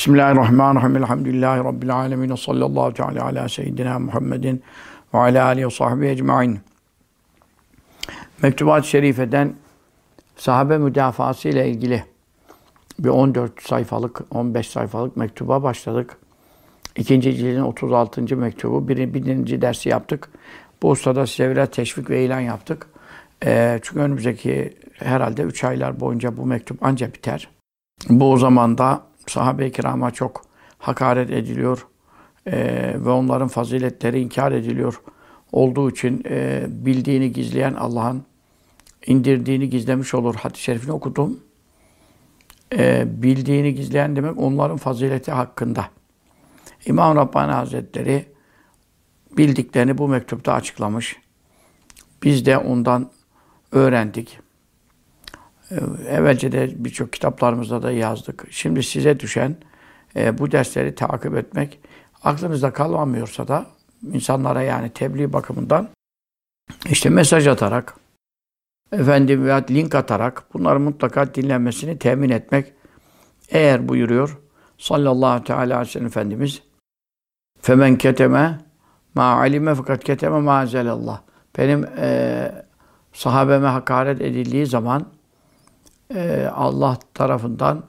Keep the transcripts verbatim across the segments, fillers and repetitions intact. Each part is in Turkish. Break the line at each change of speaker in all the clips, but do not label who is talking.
Bismillahirrahmanirrahim. Elhamdülillahi Rabbil alemin. Sallallahu teala ala seyyidina Muhammedin ve ala alihi ve sahbihi ecmain. Mektubat-ı Şerife'den sahabe müdafası ile ilgili bir on dört sayfalık, on beş sayfalık mektuba başladık. İkinci cildin otuz altıncı mektubu. Bir, birinci dersi yaptık. Bu ustada size biraz teşvik ve ilan yaptık. E, çünkü önümüzdeki herhalde üç aylar boyunca bu mektup ancak biter. Bu zamanda sahabe-i kirama çok hakaret ediliyor e, ve onların faziletleri inkar ediliyor olduğu için e, bildiğini gizleyen Allah'ın indirdiğini gizlemiş olur. Hadis-i şerifini okudum. E, bildiğini gizleyen demek onların fazileti hakkında. İmam Rabbani Hazretleri bildiklerini bu mektupta açıklamış. Biz de ondan öğrendik. Evvelce de birçok kitaplarımızda da yazdık. Şimdi size düşen e, bu dersleri takip etmek, aklınızda kalmamıyorsa da insanlara yani tebliğ bakımından işte mesaj atarak, efendim veya link atarak bunları mutlaka dinlenmesini temin etmek. Eğer buyuruyor sallallahu teala aleyhi ve sellem Efendimiz femen keteme ma alime fakat keteme ma azelallah. Benim e, sahabeme hakaret edildiği zaman Ee, Allah tarafından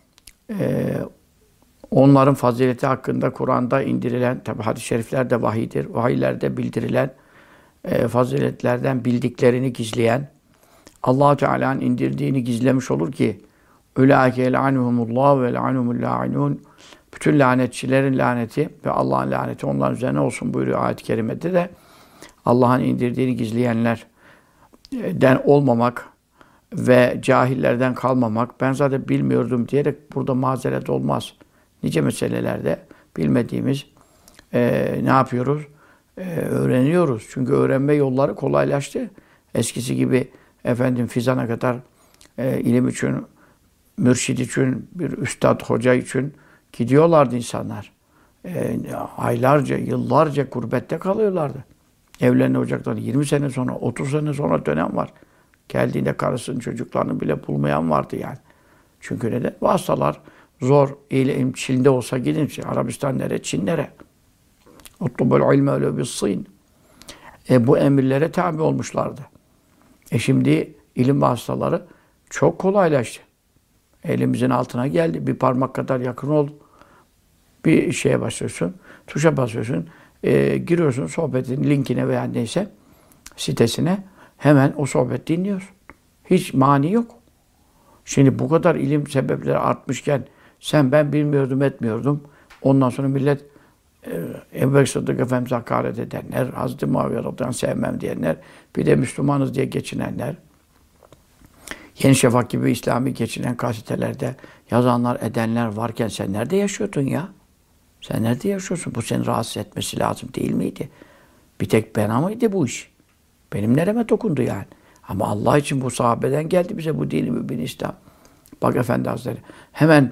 e, onların fazileti hakkında Kur'an'da indirilen, tabi hadis-i şeriflerde vahidir, vahiylerde bildirilen e, faziletlerden bildiklerini gizleyen, Allah-u Teala'nın indirdiğini gizlemiş olur ki ulaike yel'anuhumullah ve yel'anuhumul la'inun. Bütün lanetçilerin laneti ve Allah'ın laneti onların üzerine olsun buyuruyor ayet-i kerimede de. Allah'ın indirdiğini gizleyenlerden olmamak ve cahillerden kalmamak, ben zaten bilmiyordum diyerek burada mazeret olmaz. Nice meselelerde bilmediğimiz e, ne yapıyoruz? E, öğreniyoruz. Çünkü öğrenme yolları kolaylaştı. Eskisi gibi efendim fizana kadar e, ilim için, mürşid için, bir üstad, hoca için gidiyorlardı insanlar. E, aylarca, yıllarca gurbette kalıyorlardı. Evlerine ocaklarında yirmi sene sonra, otuz sene sonra dönem var. Geldiğinde karısının, çocuklarını bile bulmayan vardı yani. Çünkü neden? Vasıtalar zor. İlim Çin'de olsa gidin. Arabistan nere? Çin nere? Utlubul ilme öyle bir Sin. E bu emirlere tabi olmuşlardı. E şimdi ilim vasıtaları çok kolaylaştı. Elimizin altına geldi. Bir parmak kadar yakın oldu. Bir şeye basıyorsun, tuşa basıyorsun, e, giriyorsun sohbetin linkine veya neyse sitesine. Hemen o sohbet dinliyorsun. Hiç mani yok. Şimdi bu kadar ilim sebepleri artmışken sen ben bilmiyordum etmiyordum. Ondan sonra millet e, Ebu Bekir Sıddık Efendimiz'e hakaret edenler, Hazreti Muaviye radıyallahu anh sevmem diyenler, bir de Müslümanız diye geçinenler, Yeni Şafak gibi İslami geçinen gazetelerde yazanlar edenler varken sen nerede yaşıyordun ya? Sen nerede yaşıyorsun? Bu seni rahatsız etmesi lazım değil miydi? Bir tek bana mıydı bu iş? Benim nereme dokundu yani. Ama Allah için bu sahabeden geldi bize bu dini mübin İslam. Bak Efendi Hazretleri hemen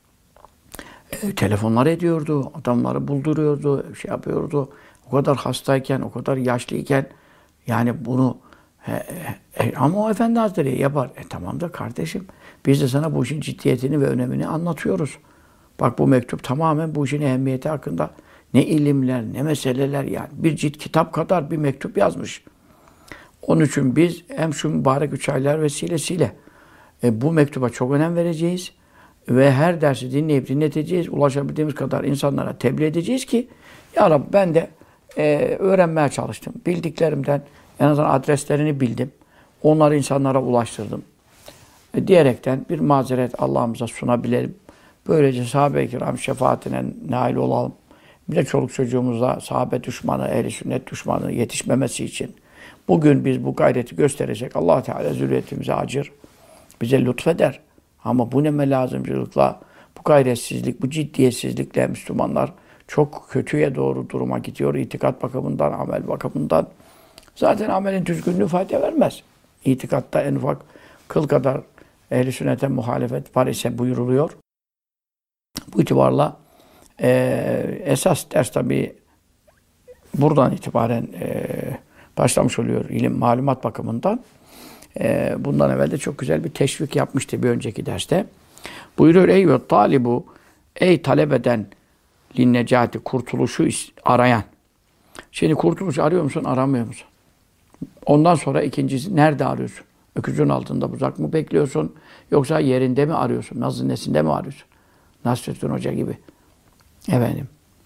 e, telefonlar ediyordu, adamları bulduruyordu, şey yapıyordu. O kadar hastayken, o kadar yaşlıyken yani bunu e, e, ama o Efendi Hazretleri yapar. E tamam da kardeşim biz de sana bu işin ciddiyetini ve önemini anlatıyoruz. Bak bu mektup tamamen bu işin ehemmiyeti hakkında ne ilimler, ne meseleler yani. Bir cilt kitap kadar bir mektup yazmış. Onun için biz hem şu mübarek üç aylar vesilesiyle e, bu mektuba çok önem vereceğiz ve her dersi dinleyip dinleteceğiz. Ulaşabildiğimiz kadar insanlara tebliğ edeceğiz ki ya Rabbi ben de e, öğrenmeye çalıştım. Bildiklerimden en azından adreslerini bildim. Onları insanlara ulaştırdım. E, diyerekten bir mazeret Allah'ımıza sunabilelim. Böylece sahabe-i kiram şefaatine nail olalım. Bir de çoluk çocuğumuza sahabe düşmanı, ehl-i sünnet düşmanı yetişmemesi için bugün biz bu gayreti gösterecek. Allah Teala zürriyetimize acır. Bize lütfeder. Ama bu neme lazımcılıkla, bu gayretsizlik, bu ciddiyetsizlikle Müslümanlar çok kötüye doğru duruma gidiyor. İtikat bakımından, amel bakımından. Zaten amelin düzgünlüğü fayda vermez. İtikatta en ufak kıl kadar ehl-i sünnete muhalefet var ise buyuruluyor. Bu itibarla e, esas ders tabii buradan itibaren e, başlamış oluyor ilim, malumat bakımından. Ee, bundan evvel de çok güzel bir teşvik yapmıştı bir önceki derste. Buyuruyor ey ve talibu Ey talep eden linnecati kurtuluşu arayan. Şimdi kurtuluş arıyor musun, aramıyor musun? Ondan sonra ikincisi nerede arıyorsun? Öküzün altında buzak mı bekliyorsun? Yoksa yerinde mi arıyorsun? Nazinesinde mi arıyorsun? Nasrettin Hoca gibi. Efendim.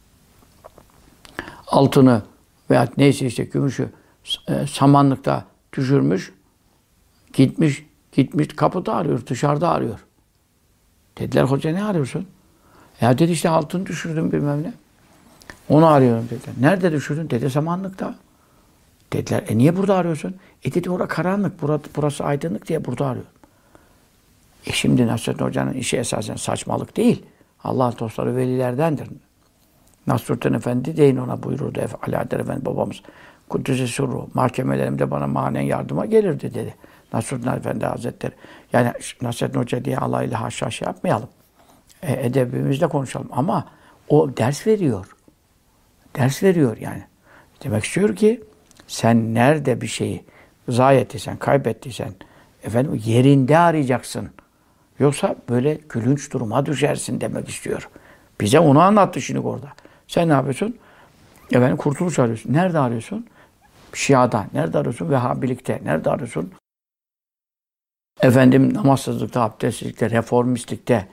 Altını veya neyse işte gümüşü e, samanlıkta düşürmüş, gitmiş, gitmiş kapıda arıyor, dışarıda arıyor. Dediler hoca ne arıyorsun? Ya dedi işte altını düşürdüm bilmem ne. Onu arıyorum dediler. Nerede düşürdün? Dedi samanlıkta. Dediler e niye burada arıyorsun? E dedi orada karanlık, burası, burası aydınlık diye burada arıyorum. E şimdi Nasrettin Hoca'nın işi esasen saçmalık değil. Allah dostları velilerdendir. Nasrettin Efendi deyin ona buyururdu. Alaeddin Efendi babamız. Kuddüs-i Sürru. Mahkemelerimde bana manen yardıma gelirdi dedi. Nasrettin Efendi Hazretleri. Yani Nasrettin Hoca diye alaylı haşa şey yapmayalım. E, edebimizle konuşalım. Ama o ders veriyor. Ders veriyor yani. Demek istiyor ki sen nerede bir şeyi zayi ettiysen, kaybettiysen efendim yerinde arayacaksın. Yoksa böyle gülünç duruma düşersin demek istiyor. Bize onu anlattı şimdi orada. Sen ne yapıyorsun? Efendim kurtuluş arıyorsun. Nerede arıyorsun? Şia'da. Nerede arıyorsun? Vehhabilikte. Nerede arıyorsun? Efendim namazsızlıkta, abdestsizlikte, reformistlikte.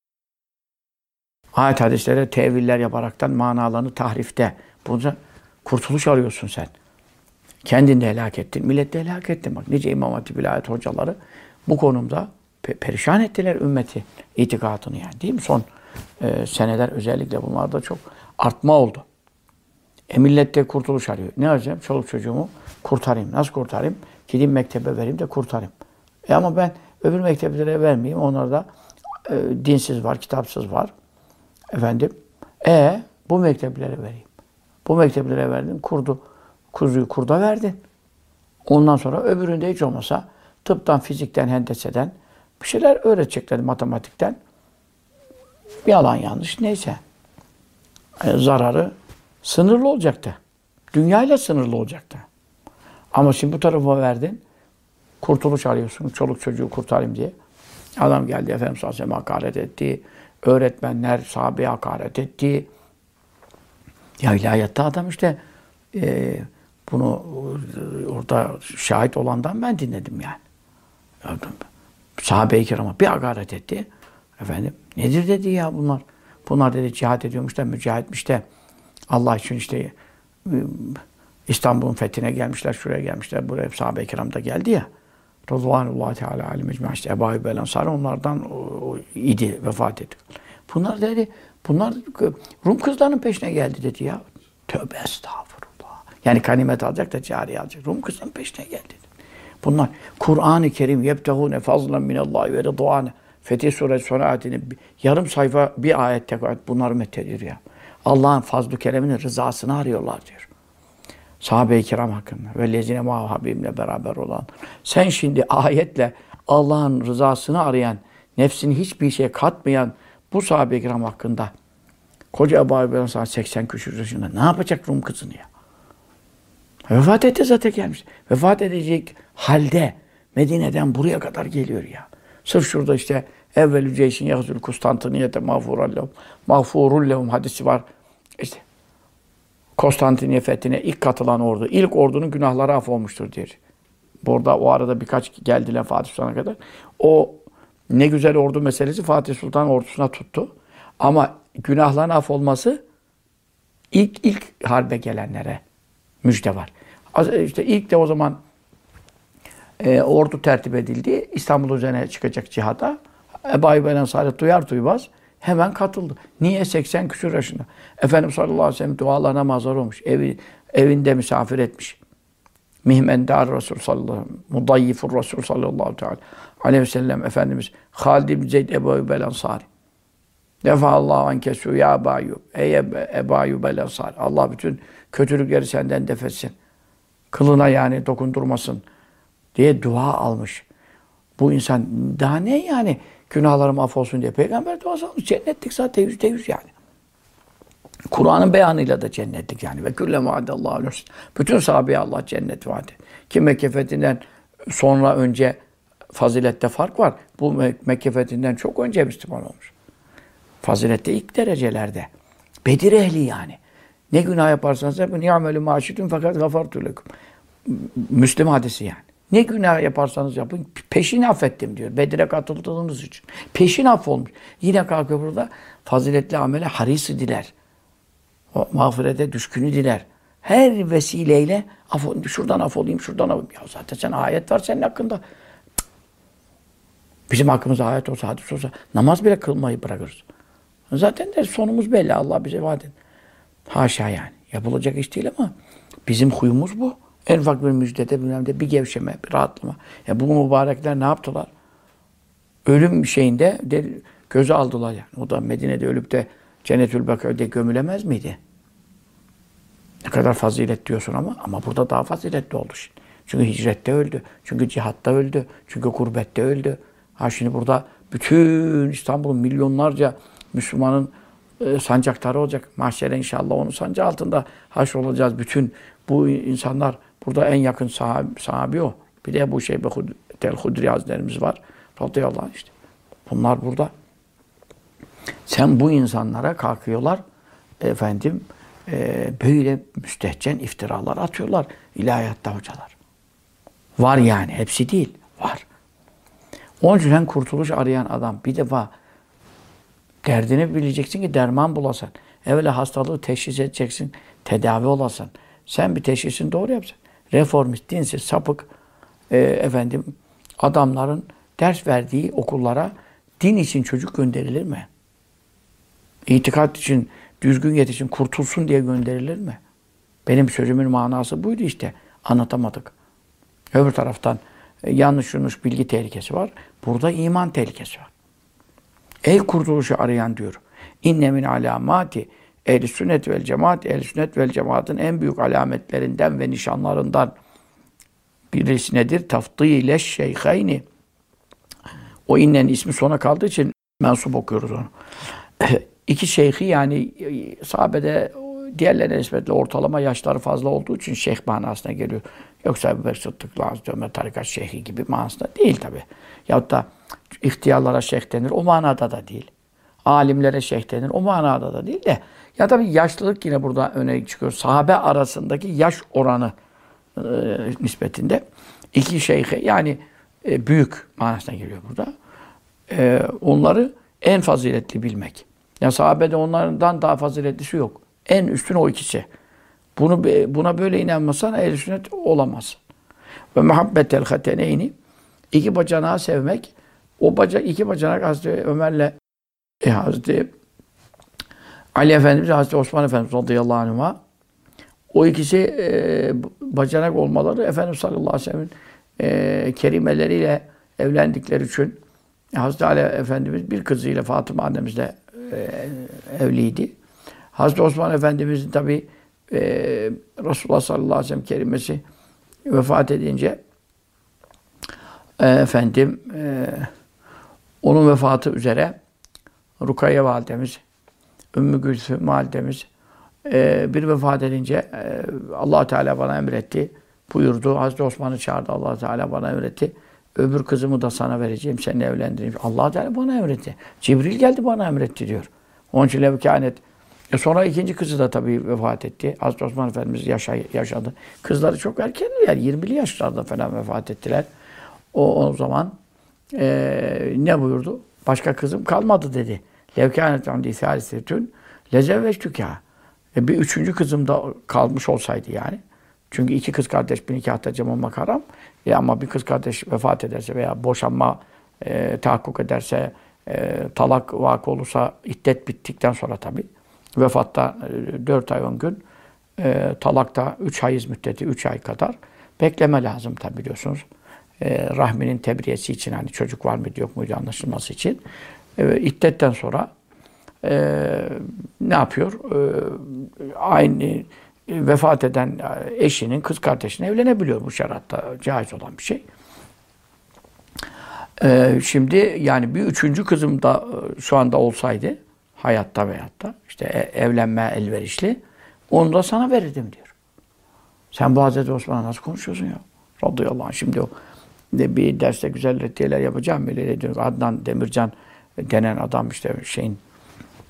Ayet hadislere teviller yaparaktan manalarını tahrifte. Burada kurtuluş arıyorsun sen. Kendini de helak ettin, millet de helak ettin. Bak nice İmam Hatip İlahiyat hocaları bu konumda pe- perişan ettiler ümmeti, itikadını yani değil mi? Son e, seneler özellikle bunlarda çok artma oldu. E millet de kurtuluş arıyor. Ne yapacağım? Çoluk çocuğumu kurtarayım. Nasıl kurtarayım? Gideyim mektebe vereyim de kurtarayım. E ama ben öbür mekteplere vermeyeyim. Onlarda e, dinsiz var, kitapsız var. Efendim, e bu mekteplere vereyim. Bu mekteplere verdin, kurdu. Kuzuyu kurda verdin. Ondan sonra öbüründe hiç olmasa tıptan, fizikten, hendeseden bir şeyler öğretecekler matematikten. Yalan yanlış neyse. Yani zararı sınırlı olacaktı. Dünyayla sınırlı olacaktı. Ama şimdi bu tarafa verdin. Kurtuluş arıyorsun. Çoluk çocuğu kurtarayım diye. Adam geldi Efendimiz sallallahu aleyhi ve sellem hakaret etti. Öğretmenler sahabeye hakaret etti. Ya ilahiyatta adam işte e, bunu orada şahit olandan ben dinledim yani. Sahabe-i kirama bir hakaret etti. Efendim nedir dedi ya bunlar. Bunlar dedi cihat ediyormuş da mücahitmiş de Allah için işte İstanbul'un fethine gelmişler, şuraya gelmişler, buraya sahabe-i kiram da geldi ya. Rıdvanullahi Teala alim ecmaîn işte Ebu Eyyub el-Ensari onlardan o, o, idi, vefat etti. Bunlar dedi, bunlar Rum kızlarının peşine geldi dedi ya. Tövbe estağfurullah. Yani kanimet alacak da cariye alacak. Rum kızlarının peşine geldi dedi. Bunlar Kur'an-ı Kerim yebtehûne fazlen minallahi ve rıdvâne. Fetih Suresi son ayetini yarım sayfa bir ayet tek ayet bunları methediyor ya. Allah'ın fazl-ı kereminin rızasını arıyorlar diyor. Sahabe-i kiram hakkında ve lezine mâhu habibimle beraber olan. Sen şimdi ayetle Allah'ın rızasını arayan, nefsini hiçbir şeye katmayan bu sahabe-i kiram hakkında koca Ebu Eyyub el-Ensari seksen küsur yaşında ne yapacak Rum kızını ya? Vefat etti zaten gelmiş. Vefat edecek halde Medine'den buraya kadar geliyor ya. Sırf şurada işte evvelü ceyşin yahzül Konstantiniyete mağfurun lehum. Mağfurun lehum hadisi var. İşte Konstantiniye fethine ilk katılan ordu, ilk ordunun günahları af olmuştur diyor. Burada o arada birkaç geldiler Fatih Sultan'a kadar. O ne güzel ordu meselesi Fatih Sultan ordusuna tuttu. Ama günahların af olması ilk ilk harbe gelenlere müjde var. İşte ilk de o zaman e, ordu tertip edildi. İstanbul üzerine çıkacak cihada. Ebu Eyyub el-Ensari duyar duymaz hemen katıldı. Niye? seksen küsur yaşında. Efendimiz sallallahu aleyhi ve sellem dualarına mazhar olmuş. Evi, evinde misafir etmiş. Mihmendar Resul sallallahu aleyhi ve sellem. Mudayyifur Resul sallallahu aleyhi ve sellem. Efendimiz Halid ibn Zeyd Ebu Eyyub el-Ensari. Defaallahu ankesu ya Ebu Eyyub. Ey Ebu Eyyub el-Ensari. Allah bütün kötülükleri senden defetsin. Kılına yani dokundurmasın diye dua almış. Bu insan daha ne yani günahlarım affolsun diye. Peygamber duası almış. Cennetlik zaten yüzde yüz yani. Kur'an'ın beyanıyla da cennetlik yani. Ve külle vaadallahu aleyhi. Bütün sahabeye Allah cennet vaadi. Ki Mekke fethinden sonra önce fazilette fark var. Bu Mekke fethinden çok önce Müslüman olmuş. Fazilette ilk derecelerde. Bedir ehli yani. Ne günah yaparsanız yapın. Ni'melü maşitun fakat gafartu lekum. Müslim hadisi yani. Ne günah yaparsanız yapın. Peşini affettim diyor. Bedir'e katıldığınız için. Peşin affolmuş. Yine kalkıyor burada. Faziletli amele harisi diler. O mağfirete düşkünü diler. Her vesileyle afol, şuradan afolayım, şuradan afolayım. Ya zaten sen ayet var senin hakkında. Bizim hakkımızda ayet olsa, hadis olsa namaz bile kılmayı bırakırız. Zaten de sonumuz belli. Allah bize vaat et. Haşa yani. Yapılacak iş değil ama bizim huyumuz bu. En ufak bir müjdede bilmem de bir gevşeme, bir rahatlama. Ya bu mübarekler ne yaptılar? Ölüm şeyinde de göze aldılar yani. O da Medine'de ölüp de Cennetül Bekâ'de gömülemez miydi? Ne kadar fazilet diyorsun ama ama burada daha faziletli oldu şimdi. Çünkü hicrette öldü. Çünkü cihatta öldü. Çünkü gurbette öldü. Ha şimdi burada bütün İstanbul'un milyonlarca Müslümanın e, sancakları olacak. Mahşere inşallah onun sancağı altında haşr olacağız. Bütün bu insanlar burada en yakın sahabi, sahabi o. Bir de bu şey Tel Hudri Hazretlerimiz var. Radıyallahu anh işte. Bunlar burada. Sen bu insanlara kalkıyorlar. Efendim e, böyle müstehcen iftiralar atıyorlar. İlahiyatta hocalar. Var yani. Hepsi değil. Var. Onun için sen kurtuluş arayan adam bir defa derdini bileceksin ki derman bulasın. Evvela hastalığı teşhis edeceksin. Tedavi olasın. Sen bir teşhisini doğru yapsın. Reformist, dinsiz, sapık e, efendim adamların ders verdiği okullara din için çocuk gönderilir mi? İtikat için, düzgün yetişin, kurtulsun diye gönderilir mi? Benim sözümün manası buydu işte. Anlatamadık. Öbür taraftan e, yanlış yanlış bilgi tehlikesi var. Burada iman tehlikesi var. Ey kurtuluşu arayan diyor. İnne min alamati ehl-i sünnet vel cemaat, ehl-i sünnet vel cemaatın en büyük alametlerinden ve nişanlarından birisi nedir? Tafdîle şeyheyni. O innenin ismi sona kaldığı için mensup okuyoruz onu. İki şeyhi yani sahabede diğerlerine nispetle ortalama yaşları fazla olduğu için şeyh manasına geliyor. Yoksa Ebu Bekir Sıddık'la Hazreti Ömer tarikat şeyhi gibi manasında değil tabi. Yahut da ihtiyarlara şeyh denir. O manada da değil. Alimlere şeyh denir. O manada da değil de. Ya tabi yaşlılık yine burada öne çıkıyor. Sahabe arasındaki yaş oranı e, nispetinde. İki şeyhe yani e, büyük manasına geliyor burada. E, onları en faziletli bilmek. Ya sahabede onlardan daha faziletlisi yok. En üstün o ikisi. Bunu buna böyle inanmasan ehl-i sünnet olamaz. Ve muhabbetel hateneyni iki bacanağı sevmek. O baca iki bacanak Hazreti Ömer'le e, Hazreti Ali Efendimiz, Hazreti Osman Efendimiz radıyallahu anhuma o ikisi e, bacanak olmaları Efendimiz sallallahu aleyhi ve sellem'in e, kerimeleriyle evlendikleri için Hazreti Ali Efendimiz bir kızıyla Fatıma annemizle e, evliydi. Hazreti Osman Efendimiz'in tabi e, Resulullah sallallahu aleyhi ve sellem kerimesi vefat edince e, efendim e, onun vefatı üzere Rukayye validemiz, Ümmü Gülsüm validemiz e, bir vefat edince e, Allah Teala bana emretti. Buyurdu. Hazreti Osman'ı çağırdı. Allah Teala bana emretti. Öbür kızımı da sana vereceğim. Seni evlendireyim. Allah Teala bana emretti. Cibril geldi bana emretti diyor. Onun için levkânet. E sonra ikinci kızı da tabii vefat etti. Hazreti Osman Efendimiz yaşa, yaşadı. Kızları çok erkendiler. yirmili yaşlarda falan vefat ettiler. O, o zaman e, ne buyurdu? Başka kızım kalmadı dedi. Levkânet andi sâlisetün lezevveçtükâ. E, bir üçüncü kızım da kalmış olsaydı yani. Çünkü iki kız kardeş bir nikahta cem olmak haram. E, ama bir kız kardeş vefat ederse veya boşanma e, tahakkuk ederse, e, talak vakı olursa iddet bittikten sonra tabii. Vefatta e, dört ay on gün, e, talakta üç hayız müddeti, üç ay kadar bekleme lazım tabii biliyorsunuz. E, rahminin tebriyesi için hani çocuk var mıydı yok muydu anlaşılması için. E, iddetten sonra e, ne yapıyor? E, aynı vefat eden eşinin kız kardeşine evlenebiliyor. Bu şeriatta caiz olan bir şey. Ee, şimdi yani bir üçüncü kızım da şu anda olsaydı hayatta veyahut da işte evlenme elverişli onu da sana verirdim diyor. Sen bu Hazreti Osman'a nasıl konuşuyorsun ya? Radıyallahu anh. Şimdi o bir derste güzel reddiyeler yapacağım. Böyle diyor. Adnan Demircan denen adam işte şeyin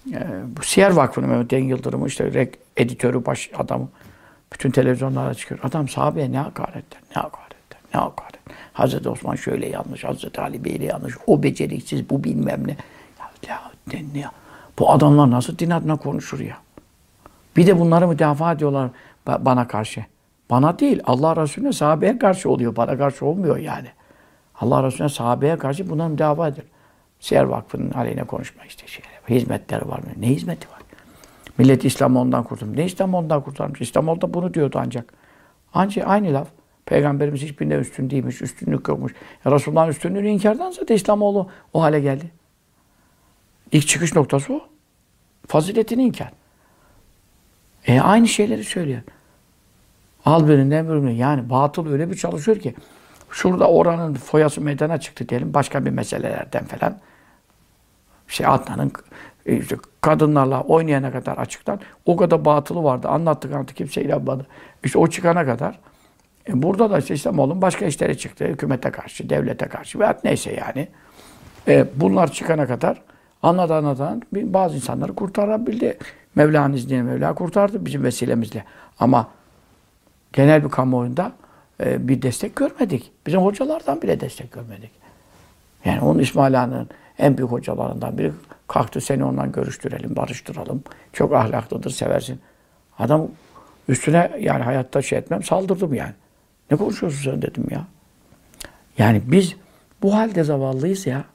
e, bu Siyer Vakfı'nın Mehmet Engin Yıldırım'ı işte rek, editörü, baş adamı. Bütün televizyonlara çıkıyor. Adam sahabeye ne hakaretler, ne hakaretler, ne hakaret. Hazreti Osman şöyle yanlış, Hazreti Ali böyle yanlış, o beceriksiz, bu bilmem ne. Ya, ya, ne, ya. Bu adamlar nasıl din adına konuşur ya? Bir de bunları müdafaa ediyorlar bana karşı. Bana değil, Allah Resulüne, sahabeye karşı oluyor. Bana karşı olmuyor yani. Allah Resulüne, sahabeye karşı bunları müdafaa ediyor. Siyer Vakfı'nın aleyhine konuşma işte şeyler. Hizmetleri var mı? Ne hizmeti var? Millet İslam'ı ondan kurtarmış. Ne İslam'ı ondan kurtarmış? İslam da bunu diyordu ancak. Ancak aynı laf. Peygamberimiz hiçbirine üstün değilmiş, üstünlük yokmuş. Ya Resulullah'ın üstünlüğünü inkardan zaten İslamoğlu o hale geldi. İlk çıkış noktası o. Faziletini inkar. E aynı şeyleri söylüyor. Al birinden birinden. Yani batıl öyle bir çalışıyor ki şurada oranın foyası meydana çıktı diyelim. Başka bir meselelerden falan. Şey Adnan'ın işte kadınlarla oynayana kadar açıktan o kadar batılı vardı. Anlattık anlattık kimse inanmadı. İşte o çıkana kadar e burada da işte İslamoğlu'nun başka işleri çıktı. Hükümete karşı, devlete karşı veya neyse yani. E bunlar çıkana kadar anladı anladan bazı insanları kurtarabildi. Mevla'nın izniyle Mevla kurtardı bizim vesilemizle. Ama genel bir kamuoyunda e, bir destek görmedik. Bizim hocalardan bile destek görmedik. Yani onun İsmail Ağa'nın en büyük hocalarından biri kalktı, seni ondan görüştürelim, barıştıralım. Çok ahlaklıdır, seversin. Adam üstüne yani hayatta şey etmem, saldırdım yani. Ne konuşuyorsun sen dedim ya. Yani biz bu halde zavallıyız ya.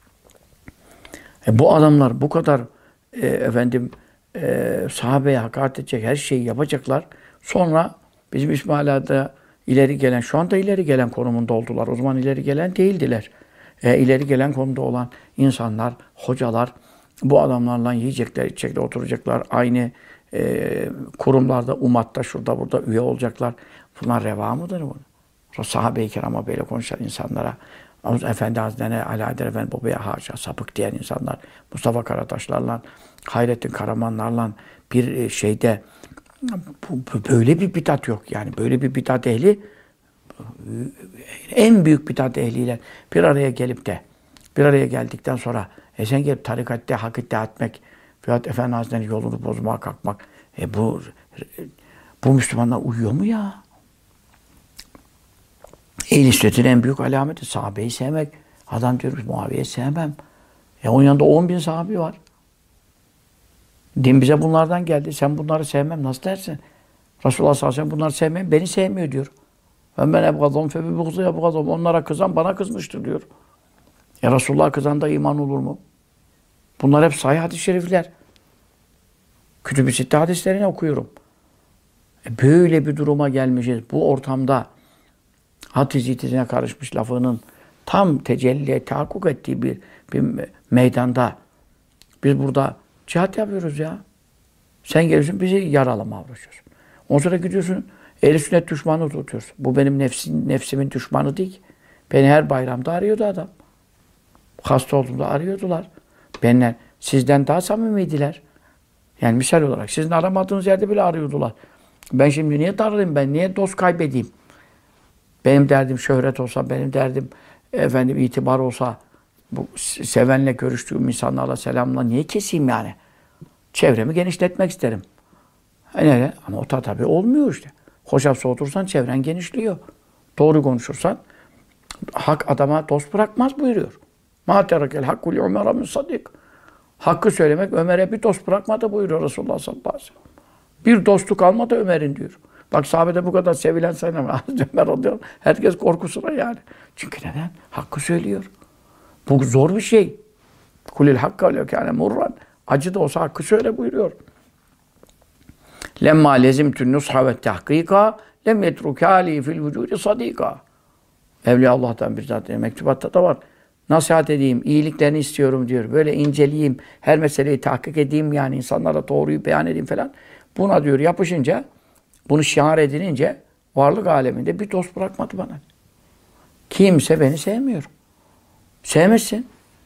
E bu adamlar bu kadar e, efendim e, sahabeye hakaret edecek her şeyi yapacaklar. Sonra bizim İsmail Ağa'da ileri gelen, şu anda ileri gelen konumunda oldular. O zaman ileri gelen değildiler. E, ileri gelen konuda olan insanlar, hocalar bu adamlarla yiyecekler, içecekler, oturacaklar. Aynı e, kurumlarda, umatta, şurada, burada üye olacaklar. Bunlar reva mıdır bunu? Sahabe-i kirama böyle konuşan insanlara, Efendi Hazretleri, Ali Haydar Efendi babaya haşa, sapık diyen insanlar, Mustafa Karataşlarla, Hayrettin Karamanlarla bir şeyde böyle bir bidat yok. Yani böyle bir bidat ehli en büyük bidat ehliyle bir araya gelip de bir araya geldikten sonra e sen gelip tarikatta hak iddia etmek veyahut Efendi Hazretleri'nin yolunu bozmaya kalkmak e bu bu Müslümanlar uyuyor mu ya? Ehl-i sünnetin en büyük alameti sahabeyi sevmek. Adam diyormuş Muaviye'yi sevmem. Ya onun yanında on bin sahabi var. Din bize bunlardan geldi. Sen bunları sevmem nasıl dersin? Resulullah sallallahu aleyhi ve sellem bunları sevmeyin. Beni sevmiyor diyor. Ben ben ebgadom febi buğzu ebgadom. Onlara kızan bana kızmıştır diyor. Ya Resulullah kızan da iman olur mu? Bunlar hep sahih hadis-i şerifler. Kütüb-i Sitte hadislerini okuyorum. E böyle bir duruma gelmişiz. Bu ortamda hadis itizine karışmış lafının tam tecelliye tahakkuk ettiği bir, bir meydanda biz burada cihat yapıyoruz ya. Sen geliyorsun bizi yaralama uğraşıyorsun. Ondan sonra gidiyorsun ehl-i sünnet düşmanı tutuyorsun. Bu benim nefsim, nefsimin düşmanı değil. Beni her bayramda arıyordu adam. Hasta olduğumda arıyordular. Benimle sizden daha samimiydiler. Yani misal olarak sizin aramadığınız yerde bile arıyordular. Ben şimdi niye darılayım ben? Niye dost kaybedeyim? Benim derdim şöhret olsa, benim derdim efendim itibar olsa, bu sevenle görüştüğüm insanlarla selamla niye keseyim yani? Çevremi genişletmek isterim. Yani, ama o da tabii olmuyor işte. Hoşaf soğutursan çevren genişliyor. Doğru konuşursan hak adama dost bırakmaz buyuruyor. مَا تَرَكَ الْحَقُّ لِعُمَرَ مِنْ صَدِيقٍ Hakkı söylemek Ömer'e bir dost bırakmadı buyuruyor Resulullah sallallahu aleyhi ve sellem. Bir dostu kalmadı Ömer'in diyor. Bak sahabede bu kadar sevilen sayılır. Hazreti Ömer oluyor. Herkes korkusuna yani. Çünkü neden? Hakkı söylüyor. Bu zor bir şey. Kulil hakka lev kâne murran. Acı da olsa hakkı söyle buyuruyor. Lemma lezimtün nusha ve tahkika lem yetrukâli fil vücudi sadîka. Evliya Allah'tan bir zaten mektubatta da var. Nasihat edeyim, iyiliklerini istiyorum diyor. Böyle inceleyeyim, her meseleyi tahkik edeyim yani insanlara doğruyu beyan edeyim falan. Buna diyor yapışınca, bunu şiar edilince varlık aleminde bir dost bırakmadı bana. Kimse beni sevmiyor. Sevmesin.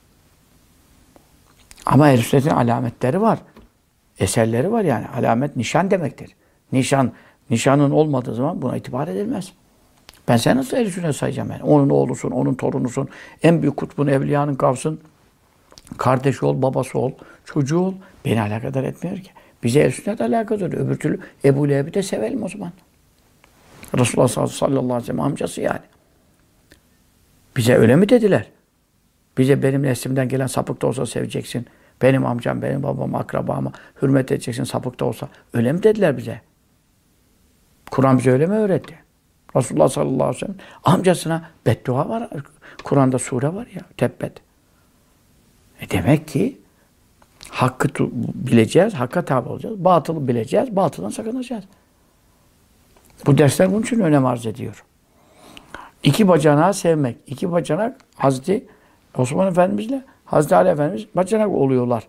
Ama ehl-i sünnetin alametleri var. Eserleri var yani. Alamet nişan demektir. Nişan, nişanın olmadığı zaman buna itibar edilmez. Ben sen nasıl ehl-i sünnet sayacağım yani? Onun oğlusun, onun torunusun, en büyük kutbun, evliyanın, gavsın. Kardeşi ol, babası ol, çocuğu ol. Beni alakadar etmiyor ki. Bize ehl-i sünnet alakadar. Öbür türlü Ebu Leheb'i de sevelim o zaman. Resulullah sallallahu aleyhi ve sellem amcası yani. Bize öyle mi dediler? Bize benim neslimden gelen sapık da olsa seveceksin. Benim amcam, benim babam, akrabama hürmet edeceksin sapık da olsa. Öyle mi dediler bize? Kur'an bize öyle mi öğretti? Resulullah sallallahu aleyhi ve sellem amcasına beddua var. Kur'an'da sure var ya, tebbet. E demek ki hakkı bileceğiz, hakka tabi olacağız. Batılı bileceğiz, batıldan sakınacağız. Bu dersler bunun için önem arz ediyor. İki bacanağı sevmek. İki bacanak Hazreti Osman Efendimizle Hazreti Ali Efendimiz bacanak oluyorlar.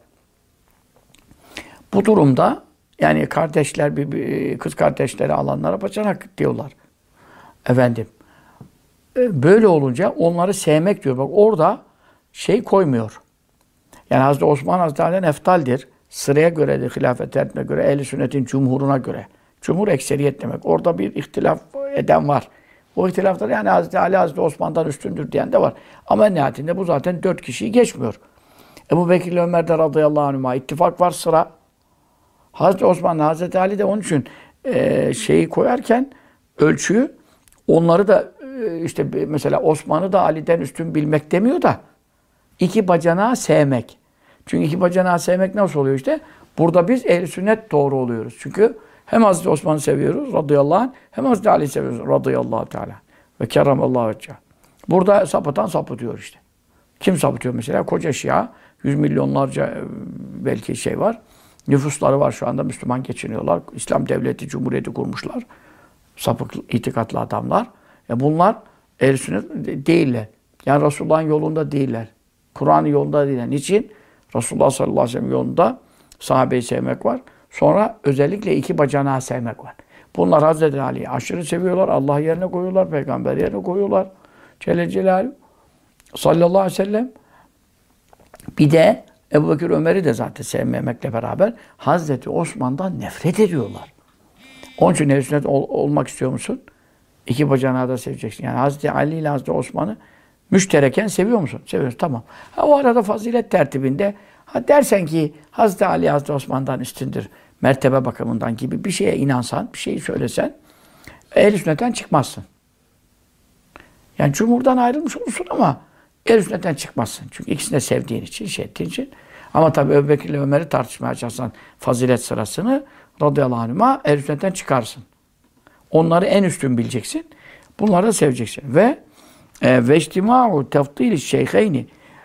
Bu durumda yani kardeşler, bir, bir, kız kardeşleri alanlara bacanak diyorlar. Efendim. Böyle olunca onları sevmek diyor. Bak orada şey koymuyor. Yani Hazreti Osman Hazreti Ali'den eftaldir. Sıraya göredir, hilafet tertibine göre, ehl-i sünnetin cumhuruna göre. Cumhur ekseriyet demek. Orada bir ihtilaf eden var. O ihtilaflar yani Hazreti Ali Hazreti Osman'dan üstündür diyen de var. Ama nihayetinde bu zaten dört kişiyi geçmiyor. Ebu Bekir ile Ömer'de radıyallahu anhuma ittifak var sıra. Hazreti Osman'la Hazreti Ali de onun için e, şeyi koyarken ölçüyü onları da e, işte mesela Osman'ı da Ali'den üstün bilmek demiyor da iki bacanağı sevmek. Çünkü iki bacanağı sevmek nasıl oluyor işte? Burada biz ehl-i sünnet doğru oluyoruz. Çünkü hem Hazreti Osman'ı seviyoruz radıyallahu anh, hem Hazreti Ali'yi seviyoruz radıyallahu teala. Ve kerramallahu veccaha. Burada sapıtan sapıtıyor işte. Kim sapıtıyor mesela? Koca Şia. Yüz milyonlarca belki şey var. Nüfusları var şu anda. Müslüman geçiniyorlar. İslam devleti, cumhuriyeti kurmuşlar. Sapık, itikatlı adamlar. E bunlar ehl-i sünnet değiller. Yani Resulullah'ın yolunda değiller. Kur'an'ın yolunda değiller. Niçin? Resulullah sallallahu aleyhi ve sellem yolunda sahabeyi sevmek var. Sonra özellikle iki bacanağı sevmek var. Bunlar Hazreti Ali'yi aşırı seviyorlar. Allah yerine koyuyorlar. Peygamber yerine koyuyorlar. Celle Celaluhu sallallahu aleyhi ve sellem. Bir de Ebu Bekir Ömer'i de zaten sevmemekle beraber Hazreti Osman'dan nefret ediyorlar. Onun için ehl-i sünnet ol, olmak istiyor musun? İki bacanağı da seveceksin. Yani Hazreti Ali ile Hazreti Osman'ı müştereken seviyor musun? Seviyorsun. Tamam. Ha, o arada fazilet tertibinde ha, dersen ki Hazreti Ali Hazreti Osman'dan üstündür mertebe bakımından gibi bir şeye inansan, bir şeyi söylesen ehl-i sünnetten çıkmazsın. Yani cumhurdan ayrılmış olursun ama ehl-i sünnetten çıkmazsın. Çünkü ikisini de sevdiğin için, şey ettiğin için. Ama tabii Ebu Bekir ile Ömer'i tartışmaya çalışsan fazilet sırasını radıyallahu anhuma ehl-i sünnetten çıkarsın. Onları en üstün bileceksin. Bunları da seveceksin. Ve ve içtima'u tefdîl-i şeyheyni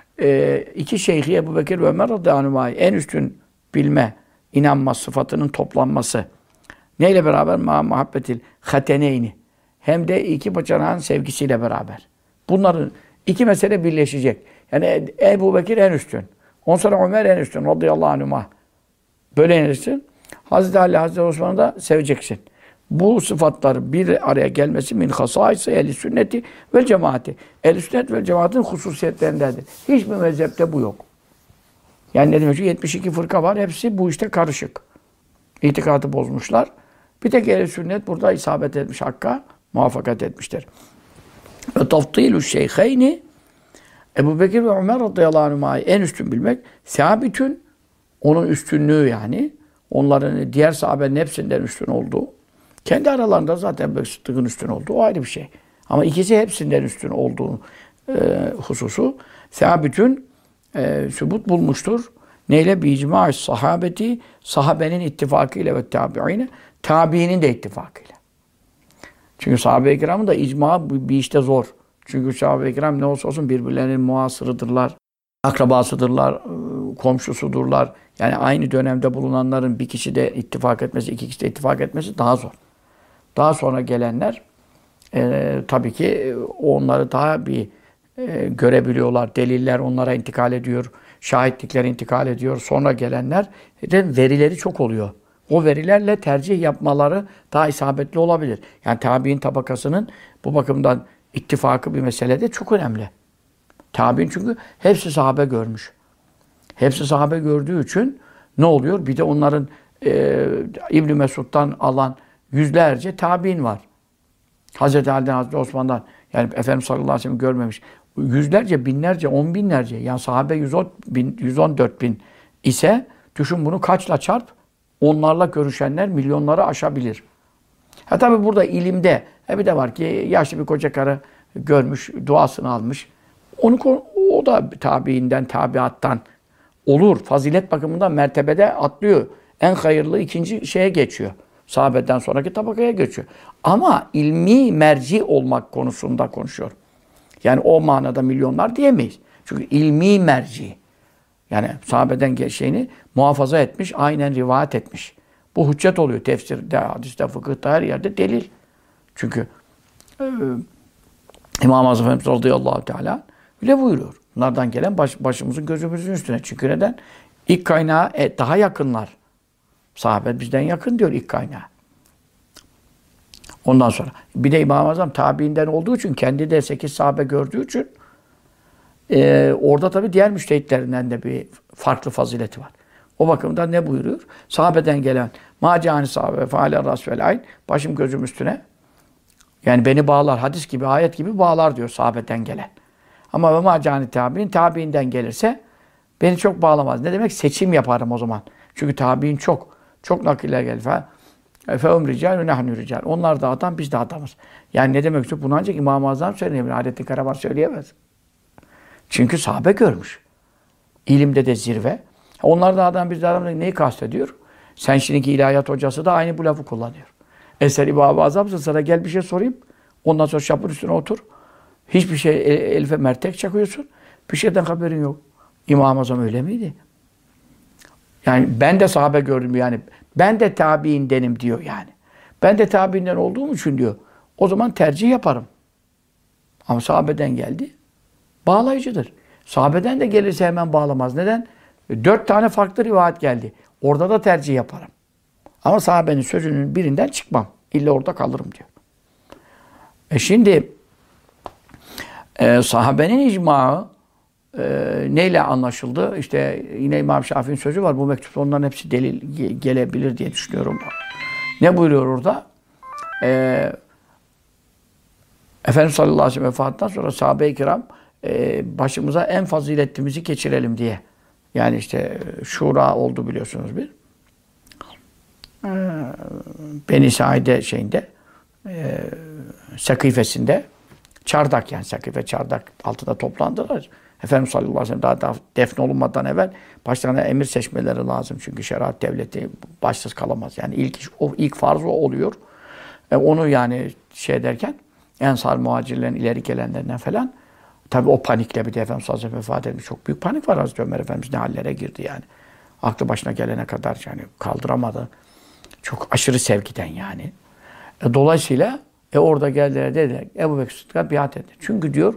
iki şeyhi Ebu Bekir ve Ömer radıyallahu anhuma'yı en üstün bilme, inanma sıfatının toplanması. Neyle beraber? Ma muhabbetil hateneyni. Hem de iki bacanağın sevgisiyle beraber. Bunların iki mesele birleşecek. Yani Ebu Bekir en üstün. Ondan sonra Ömer en üstün radıyallahu anhuma. Böyle en üstün. Hazreti Ali, Hazreti Osman'ı da seveceksin. Bu sıfatlar bir araya gelmesi min hasâis ehl-i sünneti vel cemaati. Ehl-i sünnet vel cemaatin hususiyetlerindendir. Hiçbir mezhepte bu yok. Yani ne demek? yetmiş iki fırka var. Hepsi bu işte karışık. İtikadı bozmuşlar. Bir tek ehl-i sünnet burada isabet etmiş, hakka muvaffakat etmiştir. Ve tafdîlü şeyheyni Ebu Bekir ve Ömer radıyallahu anhuma'yı en üstün bilmek sabitün, onun üstünlüğü yani. Onların diğer sahabenin hepsinden üstün olduğu. Kendi aralarında zaten Sıddık'ın üstün olduğu o ayrı bir şey. Ama ikisi hepsinden üstün olduğu e, hususu sabitün e, sübut bulmuştur. Neyle? Bi-icmâ-i sahabeti, sahabenin ittifakıyla ve tabi'ine, tabiinin de ittifakıyla. Çünkü sahabe-i kiramın da icma bir işte zor. Çünkü sahabe-i kiram ne olsa olsun birbirlerinin muasırıdırlar, akrabasıdırlar, komşusudurlar. Yani aynı dönemde bulunanların bir kişi de ittifak etmesi, iki kişi de ittifak etmesi daha zor. Daha sonra gelenler e, tabii ki onları daha bir e, görebiliyorlar. Deliller onlara intikal ediyor. Şahitlikler intikal ediyor. Sonra gelenler verileri çok oluyor. O verilerle tercih yapmaları daha isabetli olabilir. Yani tabi'in tabakasının bu bakımdan ittifakı bir meselede çok önemli. Tabi'in çünkü hepsi sahabe görmüş. Hepsi sahabe gördüğü için ne oluyor? Bir de onların e, İbn Mesud'dan alan yüzlerce tabi'in var. Hazreti Ali'den, Hazreti Osman'dan yani Efendimiz sallallahu aleyhi ve sellem görmemiş. yüzlerce, binlerce, on binlerce, yani sahabe yüz on bin, yüz on dört bin ise düşün bunu kaçla çarp, onlarla görüşenler milyonları aşabilir. Ha tabi burada ilimde, e bir de var ki yaşlı bir koca karı görmüş, duasını almış. Onu, o da tabiinden, tabiattan olur. Fazilet bakımından mertebede atlıyor. En hayırlı ikinci şeye geçiyor. Sahabeden sonraki tabakaya geçiyor. Ama ilmi merci olmak konusunda konuşuyor. Yani o manada milyonlar diyemeyiz. Çünkü ilmi merci. Yani sahabeden şeyini muhafaza etmiş, aynen rivayet etmiş. Bu hüccet oluyor. Tefsirde, hadiste, fıkıhta her yerde delil. Çünkü e, İmam-ı Azam Efendimiz radıyallahu teala öyle buyuruyor. Bunlardan gelen baş, başımızın gözümüzün üstüne. Çünkü neden? İlk kaynağı e, daha yakınlar. Sahabe bizden yakın diyor ilk kaynağı. Ondan sonra. Bir de İmam-ı Azam tabiinden olduğu için, kendi de sekiz sahabe gördüğü için e, orada tabii diğer müştehitlerinden de bir farklı fazileti var. O bakımdan ne buyuruyor? Sahabeden gelen macani sahabe feale rasvel ayn, başım gözüm üstüne. Yani beni bağlar, hadis gibi, ayet gibi bağlar diyor sahabeden gelen. Ama ve macani tabiin, tabiinden gelirse beni çok bağlamaz. Ne demek? Seçim yaparım o zaman. Çünkü tabiin çok. Çok nakiller gelir. Fehum rical ve nahnu rical. Onlar da adam, biz de adamız. Yani ne demek istiyor? Bunu ancak İmam-ı Azam söyleyebilir. Hayrettin Karaman söyleyemez. Çünkü sahabe görmüş. İlimde de zirve. Onlar da adam, biz de adam. Neyi kastediyor? Sen şimdiki ilahiyat hocası da aynı bu lafı kullanıyor. Eser İmam-ı Azam'sın, sana gel bir şey sorayım. Ondan sonra şapın üstüne otur. Hiçbir şey elife mertek çakıyorsun. Bir şeyden haberin yok. İmam-ı Azam öyle miydi? Yani ben de sahabe gördüm yani. Ben de tabiindenim diyor yani. Ben de tabiinden olduğum için diyor. O zaman tercih yaparım. Ama sahabeden geldi. Bağlayıcıdır. Sahabeden de gelirse hemen bağlamaz. Neden? Dört tane farklı rivayet geldi. Orada da tercih yaparım. Ama sahabenin sözünün birinden çıkmam. İlla orada kalırım diyor. E şimdi e, sahabenin icmaı e, neyle anlaşıldı? İşte yine İmam Şafii'nin sözü var. Bu mektupta onların hepsi delil ge- gelebilir diye düşünüyorum. Ne buyuruyor orada? E, Efendimiz sallallahu aleyhi ve sellem vefatından sonra sahabe-i kiram e, başımıza en faziletimizi geçirelim diye. Yani işte şura oldu biliyorsunuz bir. E, Beni Saide şeyinde e, Sakifesinde çardak yani Sakife çardak altında toplandılar. Efendimiz sallallahu aleyhi ve sellem daha, daha defnolunmadan evvel başlarına emir seçmeleri lazım. Çünkü şeriat devleti başsız kalamaz. Yani ilk iş, o ilk farz o oluyor. E, onu yani şey derken Ensar muhacirlerin ileri gelenlerinden falan tabi o panikle bir de Efendimiz sallallahu aleyhi ve sellem vefat etmiş. Çok büyük panik var Hazreti Ömer Efendimiz ne hallere girdi yani. Aklı başına gelene kadar yani kaldıramadı. Çok aşırı sevgiden yani. E, dolayısıyla e, orada geldiler dediler Ebu Bekir Sıddık'a biat etti. Çünkü diyor